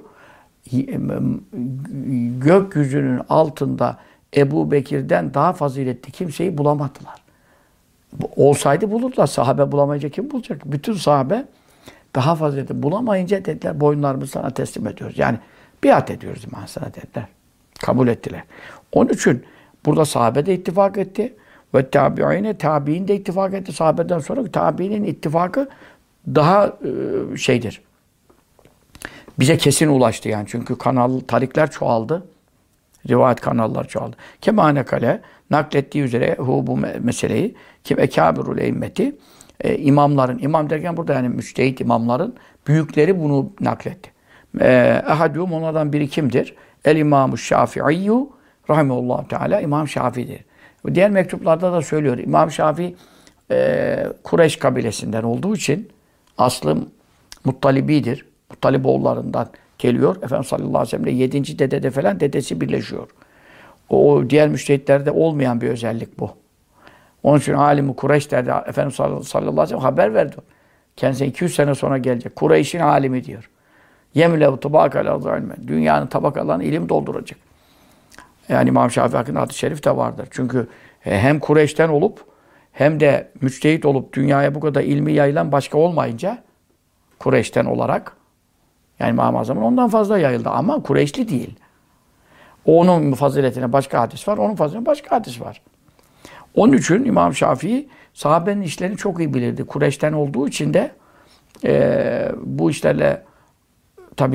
gökyüzünün altında Ebu Bekir'den daha faziletli kimseyi bulamadılar. Olsaydı bulurlar. Sahabe bulamayınca kim bulacak? Bütün sahabe daha faziletli bulamayınca dediler boyunlarımızı sana teslim ediyoruz. Yani biat ediyoruz iman sana dediler. Kabul ettiler. Onun için burada sahabe de ittifak etti. Ve tabiine, tabiin de ittifak etti. Sahabeden sonra tabiinin ittifakı daha e, şeydir. Bize kesin ulaştı yani. Çünkü kanal, tarikler çoğaldı. Rivayet kanallar çoğaldı. Kemane kale naklettiği üzere hu bu meseleyi kim ekâbirul eymmeti e, imamların, imam derken burada yani müçtehit imamların büyükleri bunu nakletti. Ehadûm onlardan biri kimdir? El İmam-ı Şafii'yyu rahimehullah teala İmam Şafii'dir. Diğer mektuplarda da söylüyor. İmam Şafii e, Kureyş kabilesinden olduğu için aslı Muttalibidir. Muttaliboğullarından geliyor. Efendimiz sallallahu aleyhi ve sellem'le yedinci dedede falan dedesi birleşiyor. O, o diğer müştehitlerde olmayan bir özellik bu. Onun için alim-i Kureyş derdi. Efendimiz sallallahu aleyhi ve sellem haber verdi. Kendisi iki yüz sene sonra gelecek. Kureyş'in alimi diyor. Yemlev tabakal ilme. Dünyanın tabakalarını ilim dolduracak. Yani İmam Şafii hakkında hadis-i şerif de vardır. Çünkü hem Kureyş'ten olup hem de müçtehit olup dünyaya bu kadar ilmi yayılan başka olmayınca Kureyş'ten olarak yani İmam-ı Azam'ın ondan fazla yayıldı ama Kureyşli değil. Onun faziletine başka hadis var, onun faziletine başka hadis var. Onun için İmam Şafii sahabenin işlerini çok iyi bilirdi. Kureyş'ten olduğu için de e, bu işlerle tabii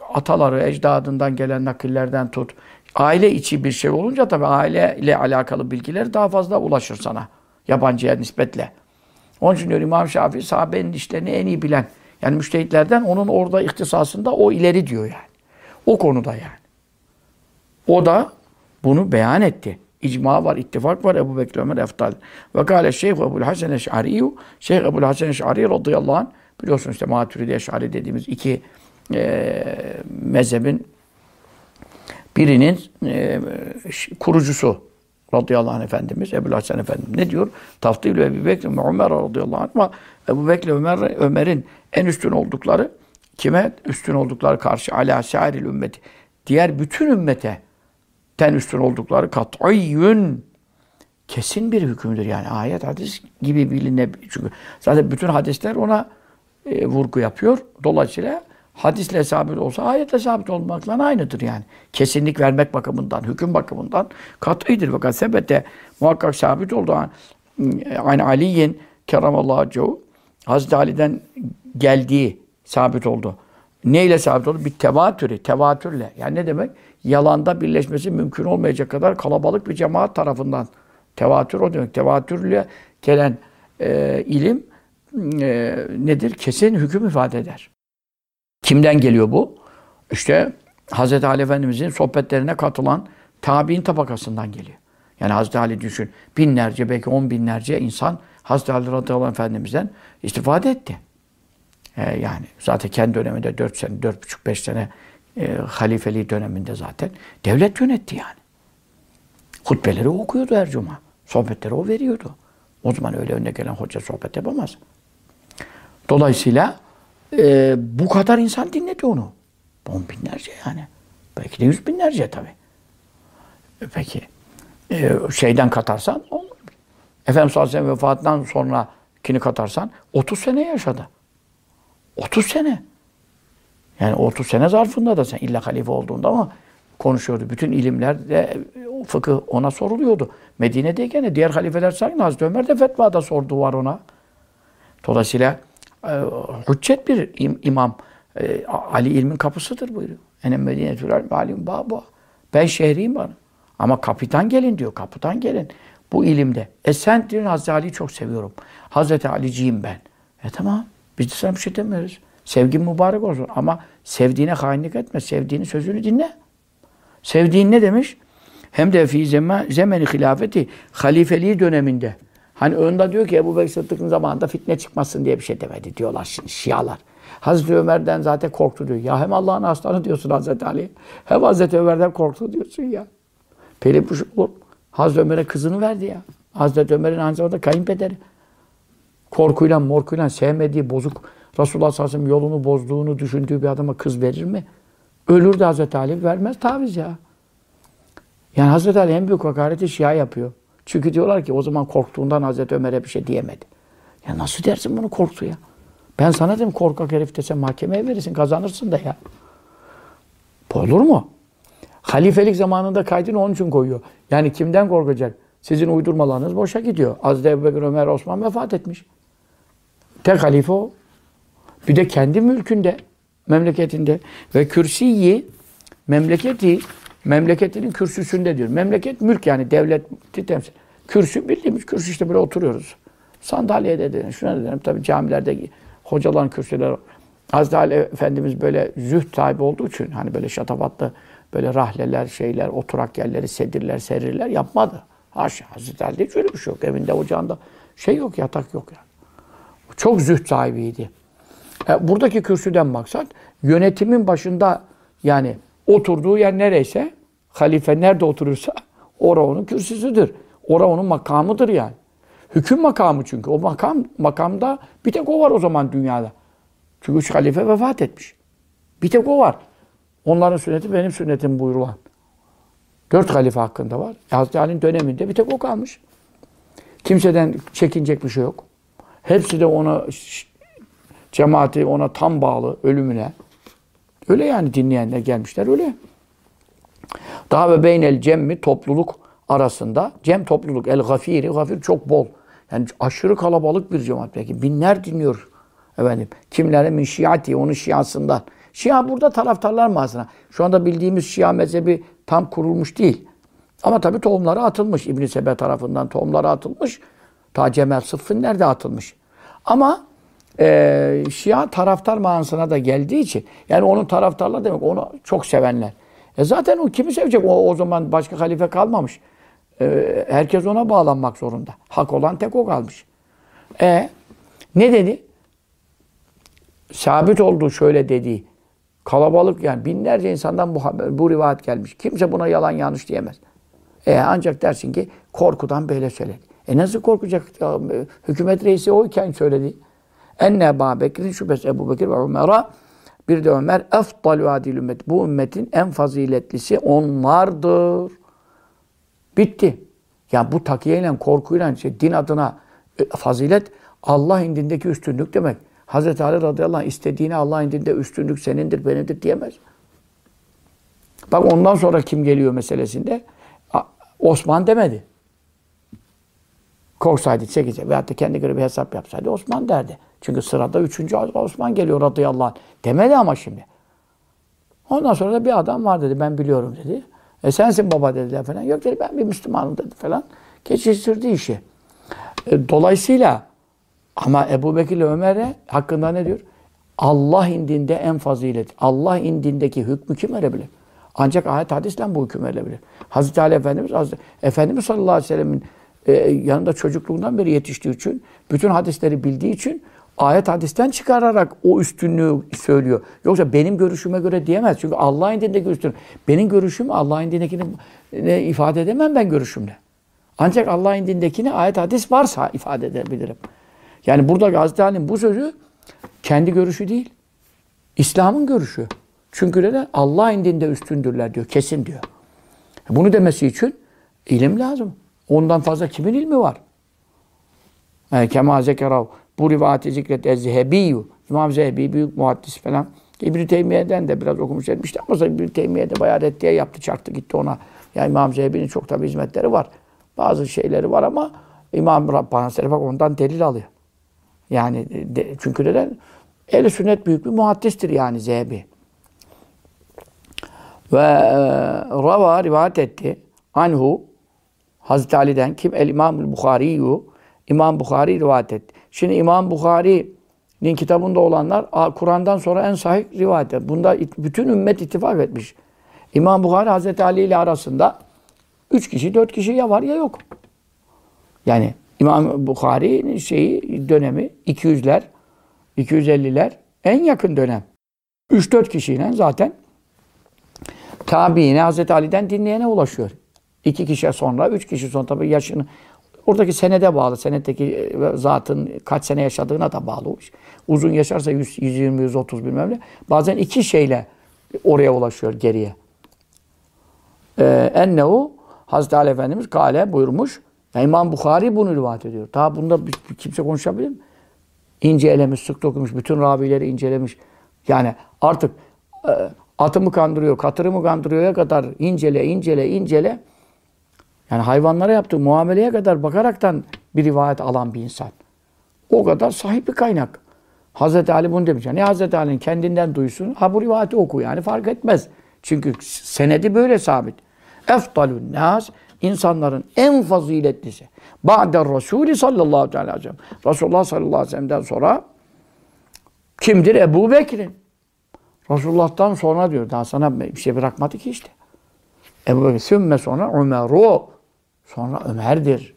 ataları, ecdadından gelen nakillerden tut. Aile içi bir şey olunca tabii aile ile alakalı bilgiler daha fazla ulaşır sana. Yabancıya nispetle. Onun için diyor İmam Şafii sahabenin işlerini en iyi bilen. Yani müştehitlerden onun orada ihtisasında o ileri diyor yani. O konuda yani. O da bunu beyan etti. İcma var, ittifak var. Ebu Bekir Ömer eftal. Ve kâle Şeyh Ebu'l Hasan Eş'arî. Şeyh Ebu'l Hasan Eş'arî radıyallahu anh. Biliyorsunuz işte Maturidi Eş'arî dediğimiz iki e, mezhebin birinin e, kurucusu radıyallahu anh Efendimiz, Ebu'l Hasan Efendimiz ne diyor? Tafdîl-i Ebu Bekir ve Ömer radıyallahu anh. Ama Ebu Bekir Ömer, Ömer'in en üstün oldukları kime üstün oldukları karşı? Alâ sâiril ümmeti. Diğer bütün ümmete ten üstün oldukları kat'iyyün kesin bir hükümdür yani. Ayet, hadis gibi bilinebilir. Çünkü zaten bütün hadisler ona e, vurgu yapıyor. Dolayısıyla hadisle sabit olsa ayetle sabit olmakla aynıdır yani. Kesinlik vermek bakımından, hüküm bakımından kat'idir. Fakat sebete muhakkak sabit oldu. Aynı Ali'nin keramallahu vecehu Hazreti Ali'den geldiği sabit oldu. Neyle sabit oldu? Bir tevatürü, tevatürle. Yani ne demek? Yalanda birleşmesi mümkün olmayacak kadar kalabalık bir cemaat tarafından. Tevatür o demek. Tevatürle gelen e, ilim e, nedir? Kesin hüküm ifade eder. Kimden geliyor bu? İşte Hazreti Ali Efendimizin sohbetlerine katılan tabi'in tabakasından geliyor. Yani Hazreti Ali düşün, binlerce belki on binlerce insan Hazreti Ali radıyallahu anh Efendimiz'den istifade etti. Ee, yani zaten kendi döneminde dört sene, dört buçuk, beş sene e, halifeliği döneminde zaten devlet yönetti yani. Hutbeleri okuyordu her cuma. Sohbetleri o veriyordu. O zaman öyle önüne gelen hoca sohbet yapamaz. Dolayısıyla e, bu kadar insan dinledi onu. On binlerce yani. Belki de yüz binlerce tabii. E, peki e, şeyden katarsan olur. Efendimiz sallallahu aleyhi ve sellem vefatından sonrakini katarsan otuz sene yaşadı. otuz sene. Yani otuz sene zarfında da sen illa halife olduğunda ama konuşuyordu. Bütün ilimlerde fıkıh ona soruluyordu. Medine'deyken de diğer halifeler sayın Hazreti Ömer de fetvada sorduğu var ona. Dolayısıyla e, hüccet bir im, imam. E, Ali ilmin kapısıdır buyuruyor. Enem medinetül alim babu. Ben şehriyim bana. Ama kapıdan gelin diyor. Kapıdan gelin. Bu ilimde. E sen diyorsun Hazreti Ali'yi çok seviyorum. Hazreti Ali'ciyim ben. E tamam. Biz de sana bir şey demiyoruz. Sevgin mübarek olsun. Ama sevdiğine hainlik etme. Sevdiğinin sözünü dinle. Sevdiğin ne demiş? Hem de fi zemeni hilafeti halifeliği döneminde. Hani önde diyor ki Ebu Bekir Sıddık'ın zamanında fitne çıkmasın diye bir şey demedi diyorlar şimdi Şialar. Hazreti Ömer'den zaten korktu diyor. Ya hem Allah'ın aslanı diyorsun Hazreti Ali. Hem Hazreti Ömer'den korktu diyorsun ya. Peri bu olur. Hazreti Ömer'e kızını verdi ya. Hazreti Ömer'in aynı zamanda kayınpederi. Korkuyla morkuyla sevmediği bozuk Resulullah sallallahu aleyhi ve sellem yolunu bozduğunu düşündüğü bir adama kız verir mi? Ölür de Hazreti Ali vermez taviz ya. Yani Hazreti Ali en büyük hakareti Şia yapıyor. Çünkü diyorlar ki o zaman korktuğundan Hazreti Ömer'e bir şey diyemedi. Ya nasıl dersin bunu korktu ya? Ben sana dedim korkak herif desem mahkemeye verirsin kazanırsın da ya. Bu olur mu? Halifelik zamanında kaydını onun için koyuyor. Yani kimden korkacak? Sizin uydurmalarınız boşa gidiyor. Hazreti Ebubekir, Ömer, Osman vefat etmiş. Tek halife o. Bir de kendi mülkünde, memleketinde ve kürsiyi memleketi memleketinin kürsüsünde diyor. Memleket mülk yani devleti temsil. Kürsü bildiğimiz kürsü işte böyle oturuyoruz. Sandalyede dedim, şuna dedim. Tabii camilerde hocaların kürsüleri. Hazreti Ali Efendimiz böyle zühd sahibi olduğu için hani böyle şatafatlı böyle rahleler, şeyler, oturak yerleri, sedirler, serirler yapmadı. Haşa. Hazreti Ali'de hiç öyle bir şey yok. Evinde, ocağında şey yok, yatak yok yani. Çok zühd sahibiydi. E, buradaki kürsüden maksat yönetimin başında yani oturduğu yer nereyse, halife nerede oturursa ora onun kürsüsüdür. Ora onun makamıdır yani. Hüküm makamı çünkü. O makam makamda bir tek o var o zaman dünyada. Çünkü üç halife vefat etmiş. Bir tek o var. Onların sünneti benim sünnetim buyurulan. Dört halife hakkında var. Hazreti Ali'nin döneminde bir tek o kalmış. Kimseden çekinecek bir şey yok. Hepsi de ona, cemaati ona tam bağlı ölümüne. Öyle yani dinleyenler gelmişler öyle. Daha ve beynel cemmi topluluk arasında. Cem topluluk. El gafiri. Gafir çok bol. Yani aşırı kalabalık bir cemaat belki. Binler dinliyor. Efendim. Kimlere min şiati. Onun şiasından. Şia burada taraftarlar manasına. Şu anda bildiğimiz Şia mezhebi tam kurulmuş değil. Ama tabii tohumları atılmış. İbn-i Sebe tarafından tohumları atılmış. Ta Cemel Sıffın nerede atılmış? Ama e, Şia taraftar manasına da geldiği için, yani onun taraftarları demek, onu çok sevenler. E zaten o kimi sevecek? O, o zaman başka halife kalmamış. E, herkes ona bağlanmak zorunda. Hak olan tek o kalmış. E ne dedi? Sabit olduğu şöyle dediği. Kalabalık, yani binlerce insandan bu, bu rivayet gelmiş. Kimse buna yalan yanlış diyemez. E ancak dersin ki korkudan böyle söyledi. E nasıl korkacak? Hükümet reisi oyken söyledi. Enne Ebu Bekir'in şüphesiz Ebu Bekir ve Ömer'a, bir de Ömer eftalü adil ümmet. Bu ümmetin en faziletlisi onlardır. Bitti. Yani bu takiyeyle, korkuyla, şey, din adına e, fazilet, Allah indindeki üstünlük demek. Hazreti Ali radıyallahu anh istediğine Allah indinde üstünlük senindir, benimdir diyemez. Bak ondan sonra kim geliyor meselesinde? Osman demedi. Korksaydı, çekecek veyahut da kendi göre bir hesap yapsaydı Osman derdi. Çünkü sırada üçüncü Osman geliyor radıyallahu anh. Demedi ama şimdi. Ondan sonra da bir adam var dedi, ben biliyorum dedi. E sensin baba dediler falan. Yok dedi, ben bir Müslümanım dedi falan. Geçiştirdi işi. E, dolayısıyla ama Ebu Bekir ile Ömer'e hakkında ne diyor? Allah indinde en fazilet. Allah indindeki hükmü kim verebilir? Ancak ayet hadisle bu hüküm verilebilir. Hazreti Ali Efendimiz, Hazreti Efendimiz sallallahu aleyhi ve sellemin e, yanında çocukluğundan beri yetiştiği için, bütün hadisleri bildiği için ayet hadisten çıkararak o üstünlüğü söylüyor. Yoksa benim görüşüme göre diyemez. Çünkü Allah'ın indindeki üstünlük. Benim görüşüm Allah'ın indindekini ne ifade edemem ben görüşümle. Ancak Allah'ın indindekini ayet hadis varsa ifade edebilirim. Yani burada Hazreti Ali'nin bu sözü kendi görüşü değil. İslam'ın görüşü. Çünkü neden? Allah indinde üstündürler diyor. Kesin diyor. Bunu demesi için ilim lazım. Ondan fazla kimin ilmi var? Yani Kema Zekerav. Bu rivayeti zikret Ez-Zehebiyyü. İmam Zehebi büyük muhaddis falan. İbn-i Teymiye'den de biraz okumuş etmişti ama İbn-i Teymiye de bayağı reddiye yaptı, çaktı gitti ona. Yani İmam Zehebi'nin çok tabi hizmetleri var. Bazı şeyleri var ama İmam Rabbani Selef ondan delil alıyor. Yani de, çünkü neden? Ehl-i Sünnet büyük bir muhaddistir yani Zehebi. Ve e, Rava rivayet etti. Anhu Hazreti Ali'den kim? El İmam-ül Bukhari'yu. İmam Bukhari rivayet etti. Şimdi İmam Bukhari'nin kitabında olanlar Kur'an'dan sonra en sahih rivayet. Bunda bütün ümmet ittifak etmiş. İmam Bukhari Hazreti Ali ile arasında üç kişi, dört kişi ya var ya yok. Yani İmam Bukhari'nin şeyi dönemi iki yüzler, iki yüz elliler en yakın dönem. üç dört kişiyle zaten tabiine Hazreti Ali'den dinleyene ulaşıyor. iki kişi sonra, üç kişi sonra tabii yaşını oradaki senede bağlı. Senetteki zatın kaç sene yaşadığına da bağlı. Uzun yaşarsa yüz, yüz yirmi, yüz otuz bilmem ne. Bazen iki şeyle oraya ulaşıyor geriye. Ee, ennehu Hazreti Ali Efendimiz kâle buyurmuş. Yani İmam Bukhari bunu rivayet ediyor. Daha bunda bir, bir kimse konuşabilir mi? İncelemiş, sık dokumuş, bütün ravileri incelemiş. Yani artık e, atımı kandırıyor, katırımı kandırıyor'ya kadar incele, incele, incele. Yani hayvanlara yaptığı muameleye kadar bakaraktan bir rivayet alan bir insan. O kadar sahip bir kaynak. Hazreti Ali bunu demiş. Yani Hazreti Ali'nin kendinden duysun, ha bu rivayeti oku yani fark etmez. Çünkü senedi böyle sabit. Eftalun nas, insanların en faziletlisi. Ba'de Resulü sallallahu aleyhi ve sellem. Resulullah sallallahu aleyhi ve sellem'den sonra kimdir? Ebu Bekir'in. Resulullah'tan sonra diyor. Daha sana bir şey bırakmadı ki işte. Ebu Bekir. Sümme sonra Ömer'u. Sonra Ömer'dir.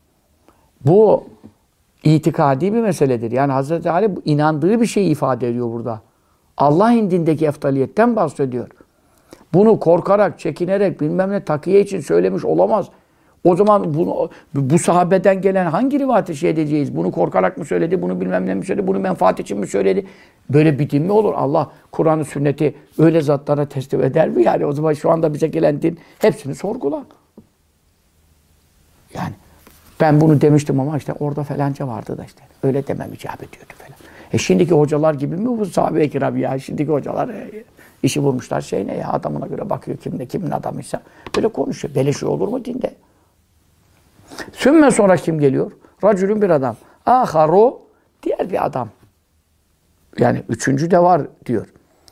Bu itikadi bir meseledir. Yani Hazreti Ali inandığı bir şeyi ifade ediyor burada. Allah indindeki eftaliyetten bahsediyor. Bunu korkarak, çekinerek, bilmem ne takiye için söylemiş olamaz. O zaman bunu, bu sahabeden gelen hangi rivayeti şey edeceğiz? Bunu korkarak mı söyledi, bunu bilmem ne mi söyledi, bunu menfaat için mi söyledi? Böyle bir din mi olur? Allah Kur'an'ı, sünneti öyle zatlara teslim eder mi? Yani o zaman şu anda bize gelen din hepsini sorgula. Yani ben bunu demiştim ama işte orada falanca vardı da işte. Öyle demem icap ediyordu falan. E şimdiki hocalar gibi mi bu sahabe-i kiram ya? Şimdiki hocalar e, işi bulmuşlar şey ne ya? Adamına göre bakıyor kim ne, kimin adamıysa. Böyle konuşuyor. Böyle şey olur mu dinde? Sümme sonra kim geliyor? Racülün bir adam. Aharu diğer bir adam. Yani üçüncü de var diyor.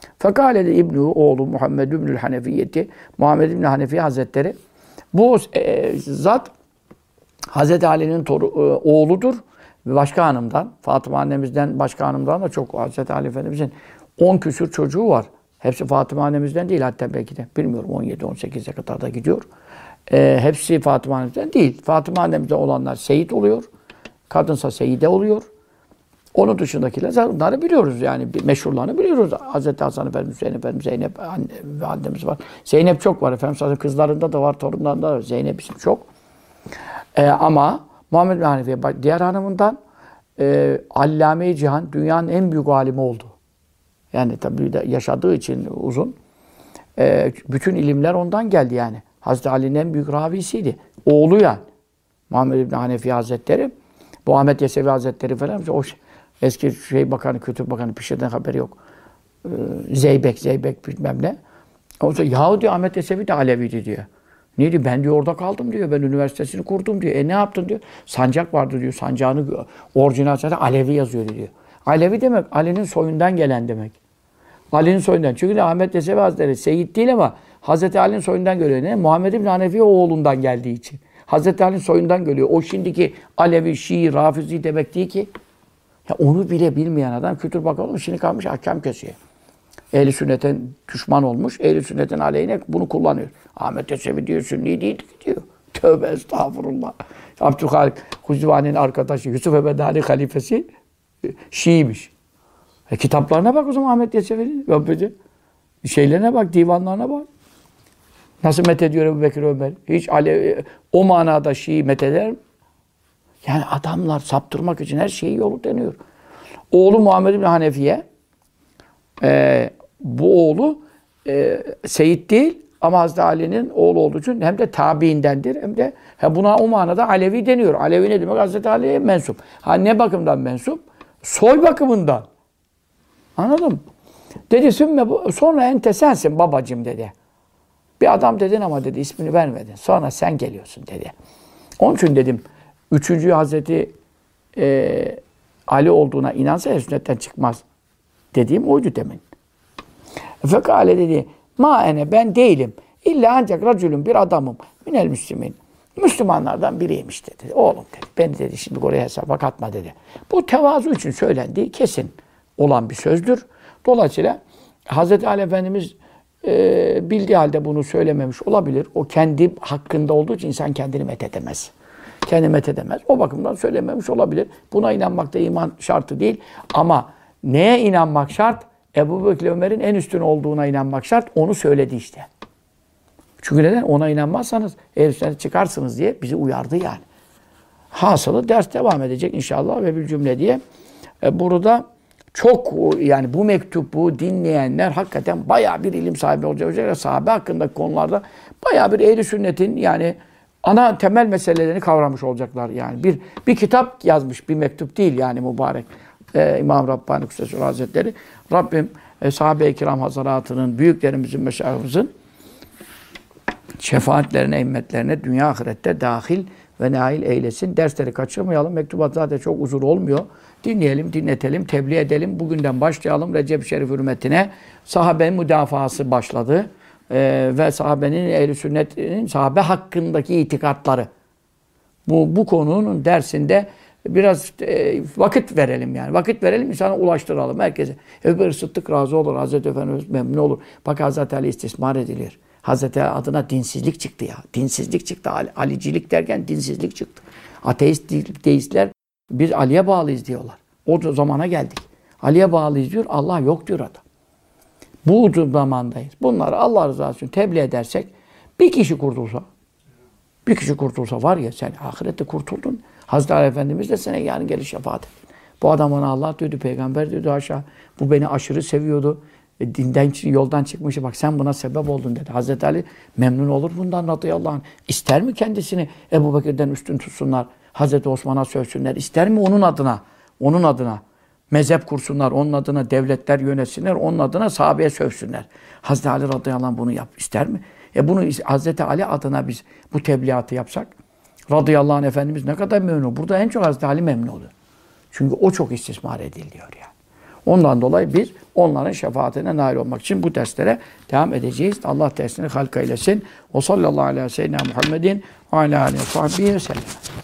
Fekale de İbnu oğlu Muhammed İbnül Hanefiyeti, Muhammed İbn Hanefi Hazretleri, bu e, zat Hazreti Ali'nin toru, e, oğludur. Ve başka hanımdan, Fatıma annemizden, başka hanımdan da çok, Hazreti Ali Efendimiz'in on küsür çocuğu var. Hepsi Fatıma annemizden değil, hatta belki de bilmiyorum on yedi on sekize kadar da gidiyor. E, hepsi Fatıma annemizden değil. Fatıma annemizden olanlar Seyit oluyor. Kadınsa Seyide oluyor. Onun dışındakiler, bunları biliyoruz yani, meşhurlarını biliyoruz. Hazreti Hasan Efendimiz, Hüseyin Efendimiz, Zeynep anne, annemiz var. Zeynep çok var efendim. Kızlarında da var, torunlarında da var. Zeynep isim çok. Ee, ama Muhammed bin Hanefiye diğer hanımından e, Allame-i Cihan dünyanın en büyük alimi oldu. Yani tabii de yaşadığı için uzun. E, bütün ilimler ondan geldi yani. Hazreti Ali'nin en büyük ravisiydi. Oğlu yani. Muhammed bin Hanefiye Hazretleri. Bu Ahmet Yesevi Hazretleri falan. O eski şey bakanı, Kültür Bakanı bir şeyden haberi yok. Ee, Zeybek, Zeybek bilmem ne. O zaman yahu diyor Ahmet Yesevi de Aleviydi diyor. Niye diyor? Ben diyor orada kaldım diyor. Ben üniversitesini kurdum diyor. E ne yaptın diyor. Sancak vardı diyor. Sancağını orijinal zaten Alevi yazıyor diyor. Alevi demek Ali'nin soyundan gelen demek. Ali'nin soyundan. Çünkü de Ahmet Yesevi Hazretleri Seyit değil ama Hazreti Ali'nin soyundan geliyor. Ne? Muhammed İbn Hanefi oğlundan geldiği için. Hazreti Ali'nin soyundan geliyor. O şimdiki Alevi, Şii, Rafizi demek değil ki. Ya onu bile bilmeyen adam Kültür Bakanlığı şimdi kalmış ahkam kesiyor. Ehl-i Sünnet'e düşman olmuş. Ehl-i Sünnet'in aleyhine bunu kullanıyor. Ahmet Yesevi diyor, Sünni değil diyor. Tövbe estağfurullah. Abdülhalik Huzivani'nin arkadaşı Yusuf Ebedali halifesi Şiiymiş. E, kitaplarına bak o zaman Ahmet Yesevi'nin. Şeylerine bak, divanlarına bak. Nasıl methediyor Ebu Bekir Ömer? Hiç Alevi, o manada Şii metheder mi? Yani adamlar saptırmak için her şeyi yolu deniyor. Oğlu Muhammed bin Hanefiye, e, bu oğlu e, Seyit değil ama Hazreti Ali'nin oğlu olduğu için hem de tabiindendir hem de he buna o manada Alevi deniyor. Alevi ne demek? Hazreti Ali'ye mensup. Ha ne bakımdan mensup? Soy bakımından. Anladın mı? Dedi sümme bu, sonra ente sensin babacığım dedi. Bir adam dedin ama dedi ismini vermedin. Sonra sen geliyorsun dedi. Onun için dedim üçüncü Hazreti e, Ali olduğuna inansa ehl-i sünnetten çıkmaz. Dediğim oydu demin. Fekale dedi ma ene ben değilim. İlla ancak racülüm bir adamım. Minel müslümin. Müslümanlardan biriymiş dedi. Oğlum dedi. Ben dedi şimdi oraya hesaba katma dedi. Bu tevazu için söylendiği kesin olan bir sözdür. Dolayısıyla Hazreti Ali Efendimiz e, bildiği halde bunu söylememiş olabilir. O kendi hakkında olduğu için insan kendini methedemez. Kendini methedemez. O bakımdan söylememiş olabilir. Buna inanmak da iman şartı değil. Ama neye inanmak şart? Ebu Bekir Ömer'in en üstün olduğuna inanmak şart. Onu söyledi işte. Çünkü neden? Ona inanmazsanız ehl-i çıkarsınız diye bizi uyardı yani. Hasılı ders devam edecek inşallah ve bir cümle diye. E, burada çok yani bu mektubu dinleyenler hakikaten bayağı bir ilim sahibi olacak. Özellikle sahabe hakkındaki konularda bayağı bir ehl-i sünnetin yani ana temel meselelerini kavramış olacaklar yani. Bir bir kitap yazmış, bir mektup değil yani mübarek. Ee, İmam Rabbani Kudsesi Hazretleri. Rabbim e, sahabe-i kiram hazaratının, büyüklerimizin, meşayihimizin şefaatlerine, himmetlerine dünya ahirette dahil ve nail eylesin. Dersleri kaçırmayalım. Mektubat zaten çok uzun olmuyor. Dinleyelim, dinletelim, tebliğ edelim. Bugünden başlayalım. Recep-i Şerif hürmetine sahabenin müdafası başladı. Ee, ve sahabenin, ehl-i sünnetin sahabe hakkındaki itikatları. Bu, bu konunun dersinde biraz e, vakit verelim yani. Vakit verelim, insana ulaştıralım herkese. Ebu Bekir Sıddık razı olur, Hazreti Efendimiz memnun olur. Bak Hazreti Ali istismar edilir. Hazreti Ali adına dinsizlik çıktı ya. Dinsizlik çıktı. Alicilik derken dinsizlik çıktı. Ateist, deistler biz Ali'ye bağlıyız diyorlar. O zamana geldik. Ali'ye bağlıyız diyor, Allah yok diyor adam. Bu zamandayız. Bunları Allah rızası için tebliğ edersek bir kişi kurtulsa, bir kişi kurtulsa var ya sen ahirette kurtuldun. Hazreti Ali Efendimiz de sana yarın gelir şefaat et. Bu adam bana Allah diyordu, peygamber diyordu aşağı. Bu beni aşırı seviyordu. E, dinden, yoldan çıkmıştı. Bak sen buna sebep oldun dedi. Hazreti Ali memnun olur bundan radıyallahu anh. İster mi kendisini Ebu Bekir'den üstün tutsunlar? Hazreti Osman'a sövsünler. İster mi onun adına? Onun adına. Mezhep kursunlar. Onun adına devletler yönetsinler. Onun adına sahabeye sövsünler. Hazreti Ali radıyallahu anh bunu yap. İster mi? E bunu Hazreti Ali adına biz bu tebliğatı yapsak radıyallahu anh Efendimiz ne kadar memnun olur. Burada en çok Hazreti Ali memnun olur. Çünkü o çok istismar ediliyor yani. Ondan dolayı biz onların şefaatine nail olmak için bu derslere devam edeceğiz. Allah dersini halka eylesin. O sallallahu aleyhi ve sellem Muhammedin ve alâ aleyhi ve sahbihi ve sellem.